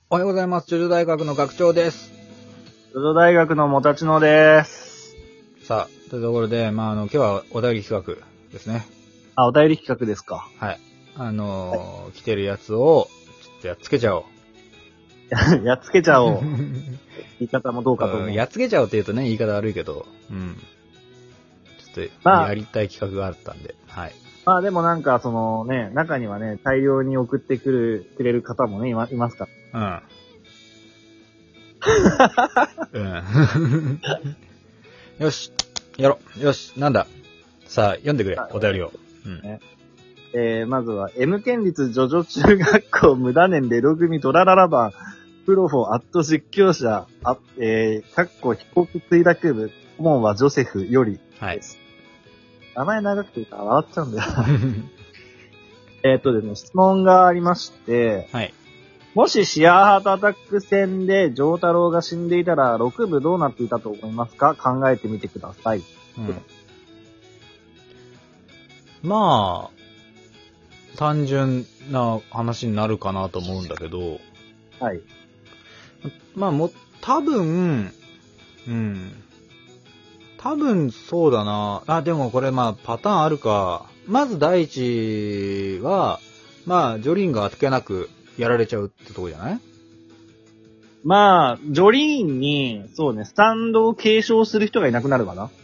おはようございます。ジョジョ大学の学長です。 ジョジョ大学のもたちのです。 さあ、というところで、今日はお便り企画ですね。 お便り企画ですか。 はい。来てるやつを、ちょっとやっつけちゃおう。 やっつけちゃおう。言い方もどうかと思う。 やっつけちゃおうって言うとね、言い方悪いけど、ちょっと、やりたい企画があったんで、はい。 でもなんか、中にはね、大量に送ってくれる方もね、いますから。よし、やろう。よし、なんだ。さあ、読んでくれ、お便りを。 まずは、M 県立ジョジョ中学校無駄年レロ組ドラララバー、プロフォアット実況者、飛行機墜落部、顧問はジョセフより。 はい。 名前長くて笑っちゃうんだよ。ですね、質問がありまして、 はい。 もしシアーハートアタック戦でジョータロウが死んでいたら6部どうなっていたと思いますか？考えてみてください。 まあ、単純な話になるかなと思うんだけど、 はい。 多分そうだな。でもこれパターンあるか。まず第一は、ジョリーンがあっけなくやられちゃうってとこじゃない？ ジョリーンに、そうね、スタンドを継承する人がいなくなるかな。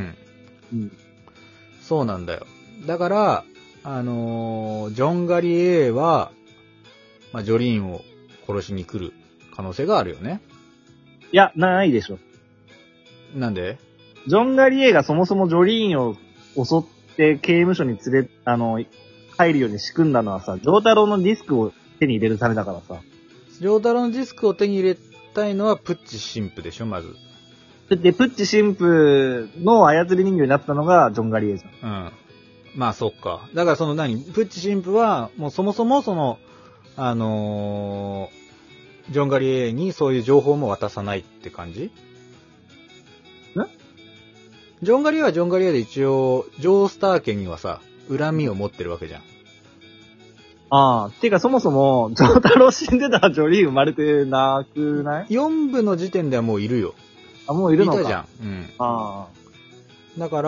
そうなんだよ。だから、ジョン・ガリエーは、ジョリーンを殺しに来る可能性があるよね。 いや、ないでしょ。 なんで？ ジョン・ガリエーがそもそもジョリーンを襲って刑務所に入るように仕組んだのはさ、ジョータロウのディスクを手に入れるためだからさ。 ジョータロウのディスクを手に入れたいのはプッチ神父でしょ、まず。 で、プッチ神父の操り人形になったのがジョン・ガリエーじゃん。 そっか。だからプッチ神父は、もうそもそもジョン・ガリエーにそういう情報も渡さないって感じ？ジョン・ガリエーはジョン・ガリエーで一応、ジョースター家にはさ、恨みを持ってるわけじゃん。 てかそもそも、ジョータロウ死んでたらジョリーン生まれてなくない？ 4 部の時点ではもういるよ。 もういるのか。 いたじゃん。だから、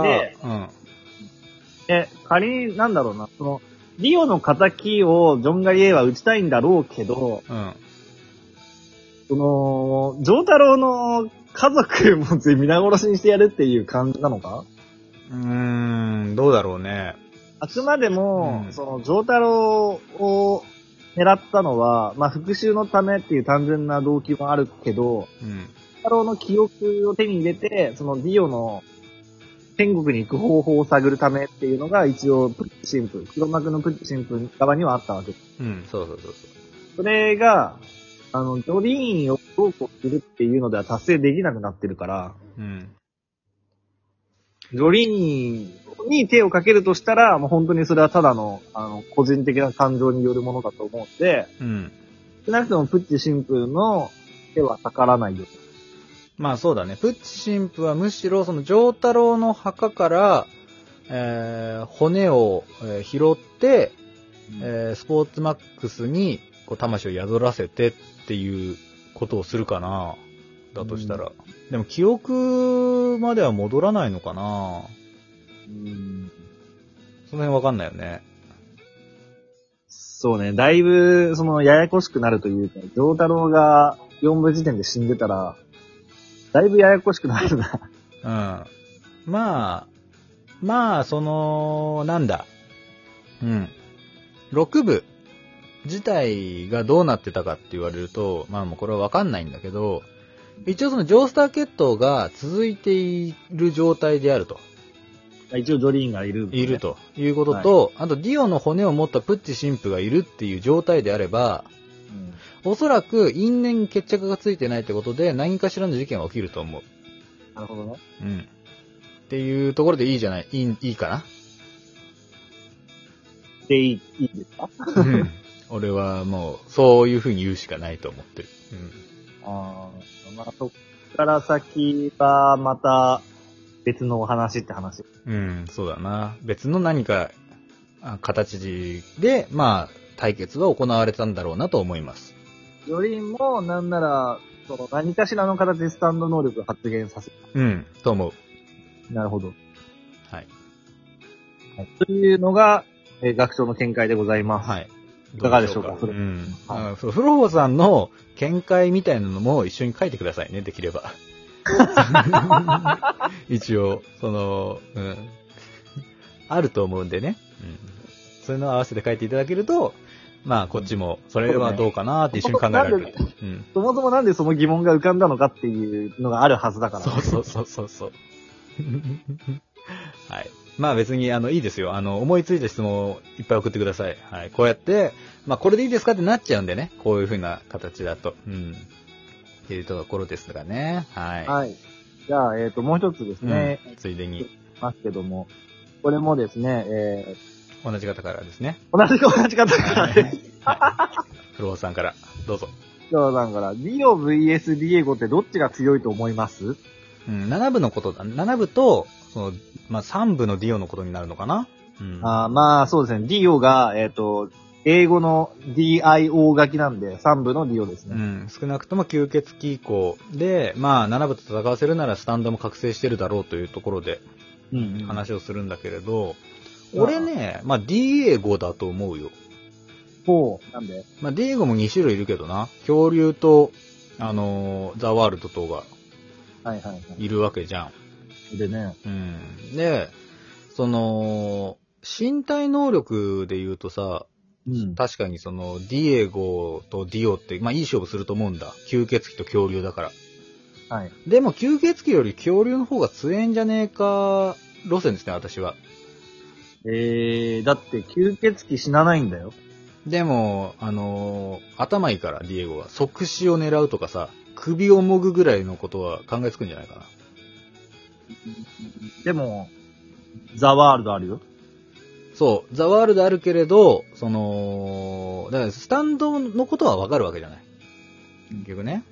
仮に、なんだろうな、リオの仇をジョン・ガリエーは撃ちたいんだろうけど、ジョータロウの家族も皆殺しにしてやるっていう感じなのか？ どうだろうね。あくまでも、ジョータロウを狙ったのは、復讐のためっていう単純な動機もあるけど、ジョータロウの記憶を手に入れて、リオの天国に行く方法を探るためっていうのが一応プッチ神父、黒幕のプッチ神父側にはあったわけです。 そう。 それが、ジョリーンをどうこうするっていうのでは達成できなくなってるから、ジョリーンに手をかけるとしたら、もう本当にそれはただの、個人的な感情によるものだと思うんで、少なくともプッチ神父の手は逆らないよ。 そうだね。プッチ神父はむしろジョータロウの墓から、骨を、拾って、スポーツマックスに魂を宿らせてっていうことをするかな。だとしたら。でも記憶までは戻らないのかな。その辺わかんないよね。 そうね。だいぶ、ややこしくなるというか、ジョータロウが4部時点で死んでたら、だいぶややこしくなるな。 なんだ。6部自体がどうなってたかって言われると、もうこれはわかんないんだけど、一応ジョースター決闘が続いている状態であると。 一応ジョリーンがいるということと、あとディオの骨を持ったプッチ神父がいるっていう状態であれば、おそらく因縁決着がついてないってことで何かしらの事件は起きると思う。 なるほどね。 っていうところでいいじゃない？いいかな？ でいいですか？ 俺はもう、そういう風に言うしかないと思ってる。 そっから先はまた別のお話って話。 そうだな。別の何か形で、対決は行われたんだろうなと思います。 よりも、なんなら、その何かしらの形でスタンド能力を発現させる。 うん、と思う。 なるほど。 はい。 というのが、学長の見解でございます。 はい。 いかがでしょうか、 うん。 はい、 フローさんの見解みたいなのも一緒に書いてくださいね、できれば。一応、うん。あると思うんでね。うん。そういうのを合わせて書いていただけると、まあ、こっちも、それはどうかなって一緒に考えられる。うん。 そもそもなんでその疑問が浮かんだのかっていうのがあるはずだから、 ね。そう。はい。まあ別に、いいですよ。思いついた質問をいっぱい送ってください。はい。こうやって、まあこれでいいですかってなっちゃうんでね。こういう風な形だと。うん。っていうところですがね。はい。 はい。じゃあ、もう一つですね。 ついでに。 ますけども、これもですね、 同じ方からですね。 同じ方からです。 はい。フローさんから、どうぞ。 フローさんから、ディオ VS ディエゴってどっちが強いと思います？ うん、7部のことだ。7部と、まあ、3部のディオのことになるのかな。うん。 まあ、そうですね。ディオが、英語の DIO 書きなんで、3部のディオですね。 うん。少なくとも吸血鬼以降で、まあ、7部と戦わせるならスタンドも覚醒してるだろうというところで、話をするんだけれど、俺ね、まあ、ディエゴだと思うよ。 ほう、なんで？ まあ、ディエゴも2種類いるけどな。恐竜と、ザ・ワールドとが、いるわけじゃん。 でね。 うん。で、身体能力で言うとさ、確かにディエゴとディオって、まあいい勝負すると思うんだ。吸血鬼と恐竜だから。 はい。 でも吸血鬼より恐竜の方が強えんじゃねえか、路線ですね、私は。 だって吸血鬼死なないんだよ。 でも、頭いいからディエゴは。即死を狙うとかさ、首をもぐぐらいのことは考えつくんじゃないかな。 でも、ザ・ワールドあるよ。 そう、ザワールドあるけれど、だからスタンドのことはわかるわけじゃない。結局ね。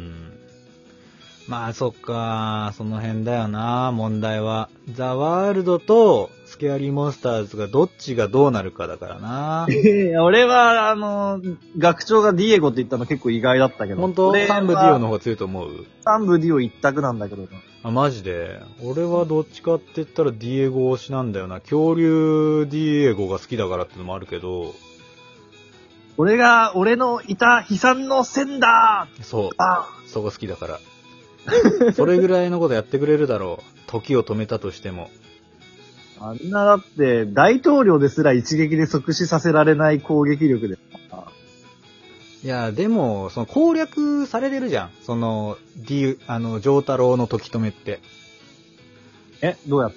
まあ、そっか、その辺だよな、問題は。ザワールドとスケアリーモンスターズがどっちがどうなるかだからな。 俺は、学長がディエゴって言ったの結構意外だったけど。 本当3部ディオの方が強いと思う？ 3 部ディオ一択なんだけどな。 あ、マジで。俺はどっちかって言ったらディエゴ推しなんだよな。恐竜ディエゴが好きだからってのもあるけど。 俺のいた悲惨の線だー！ そう。そこ好きだから。それぐらいのことやってくれるだろう。時を止めたとしても。 あんなだって、大統領ですら一撃で即死させられない攻撃力で。 いや、でも、攻略されてるじゃん。丈太郎の時止めって。 どうやって？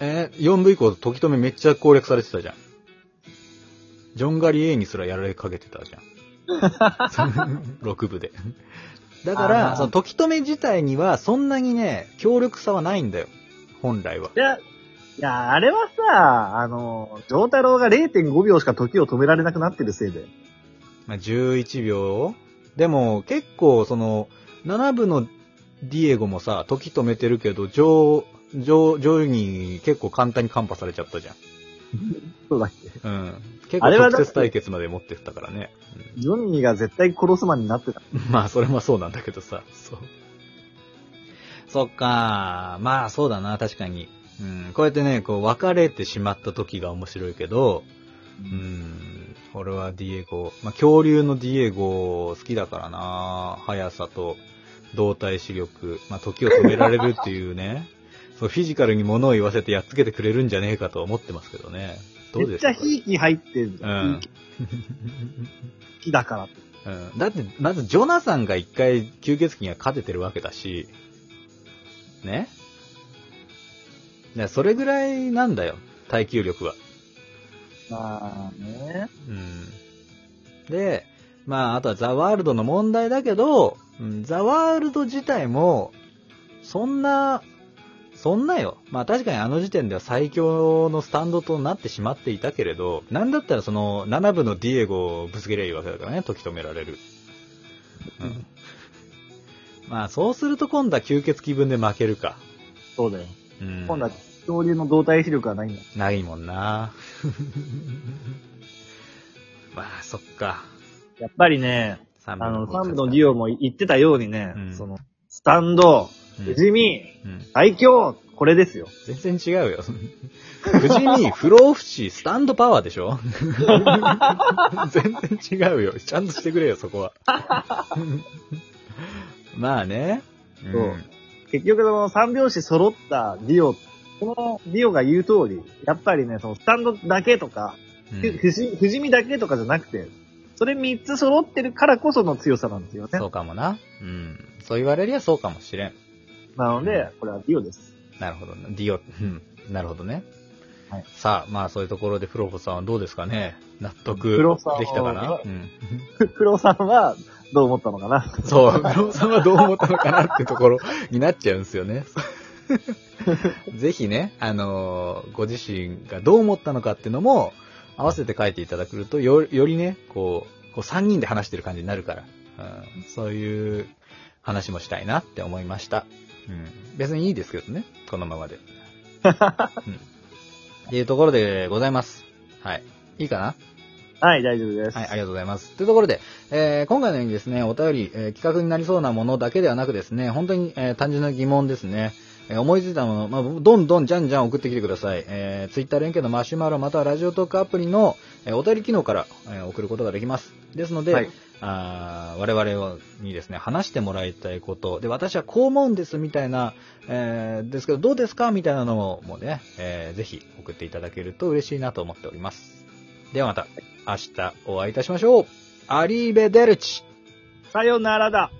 4 部以降時止めめっちゃ攻略されてたじゃん。ジョンガリエイにすらやられかけてたじゃん。6部で。だから、時止め自体にはそんなにね、強力さはないんだよ。本来は。 いや、あれはさ、丈太郎が 0.5 秒しか時を止められなくなってるせいで。 まあ、11秒でも、結構、7部のディエゴもさ、時止めてるけど、ジョイに結構簡単にカンパされちゃったじゃん。 そうだっけ？ うん。結構直接対決まで持ってったからね。 ジョニーが絶対殺すマンになってた。 まあ、それもそうなんだけどさ。そう。そっか。まあ、そうだな、確かに。こうやってね、別れてしまった時が面白いけど、俺はディエゴ、まあ、恐竜のディエゴ好きだからな。速さと動体視力、まあ、時を止められるっていうね。そう、フィジカルに物を言わせてやっつけてくれるんじゃねえかと思ってますけどね。どうですか？ めっちゃひいき入ってる。好きだから。 だって、まずジョナサンが一回吸血鬼が勝ててるわけだし、ね。それぐらいなんだよ、耐久力は。 まあね。 で、まあ、あとはザワールドの問題だけど、ザワールド自体も、そんなよ。まあ確かにあの時点では最強のスタンドとなってしまっていたけれど、なんだったら7部のディエゴをぶつけりゃいいわけだからね、時止められる。まあそうすると今度は吸血鬼分で負けるか。 そうだよ。今度は恐竜の動体視力はないんだ。 ないもんな。まあそっか。 やっぱりね、 三部のデュオも言ってたようにね、 うんその、スタンド、不死身、最強、これですよ。 全然違うよ。不死身、不老不死、スタンドパワーでしょ全然違うよ。ちゃんとしてくれよ、そこは。まあね。 そう。結局その三拍子揃ったディオ、このディオが言う通り、やっぱりね、そのスタンドだけとか、不死身だけとかじゃなくて、それ3つ揃ってるからこその強さなんですよね。 そうかもな。うん。そう言われりゃそうかもしれん。 なので、これはディオです。 なるほど。ディオ。うん。なるほどね。 はい。 さあ、まあそういうところでフロフさんはどうですかね。納得できたかな。 フロさんはどう思ったのかな。 そう、フロさんはどう思ったのかなってところになっちゃうんですよね。ぜひね、ご自身がどう思ったのかっていうのも合わせて書いていただけると、よりね、こう3人で話してる感じになるから、そういう話もしたいなって思いました。別にいいですけどね、このままで。っていうところでございます。はい。いいかな？ はい、大丈夫です。 はい、ありがとうございます。というところで、今回のようにですね、お便り、企画になりそうなものだけではなくですね、本当に、単純な疑問ですね。思いついたもの、どんどんじゃんじゃん送ってきてください。ツイッター連携のマシュマロまたはラジオトークアプリの、お便り機能から、送ることができます。ですので、はい、我々にですね、話してもらいたいこと、で、私はこう思うんですみたいな、ですけど、どうですかみたいなのもね、ぜひ送っていただけると嬉しいなと思っております。ではまた、明日お会いいたしましょう。アリーベデルチ。 さよならだ。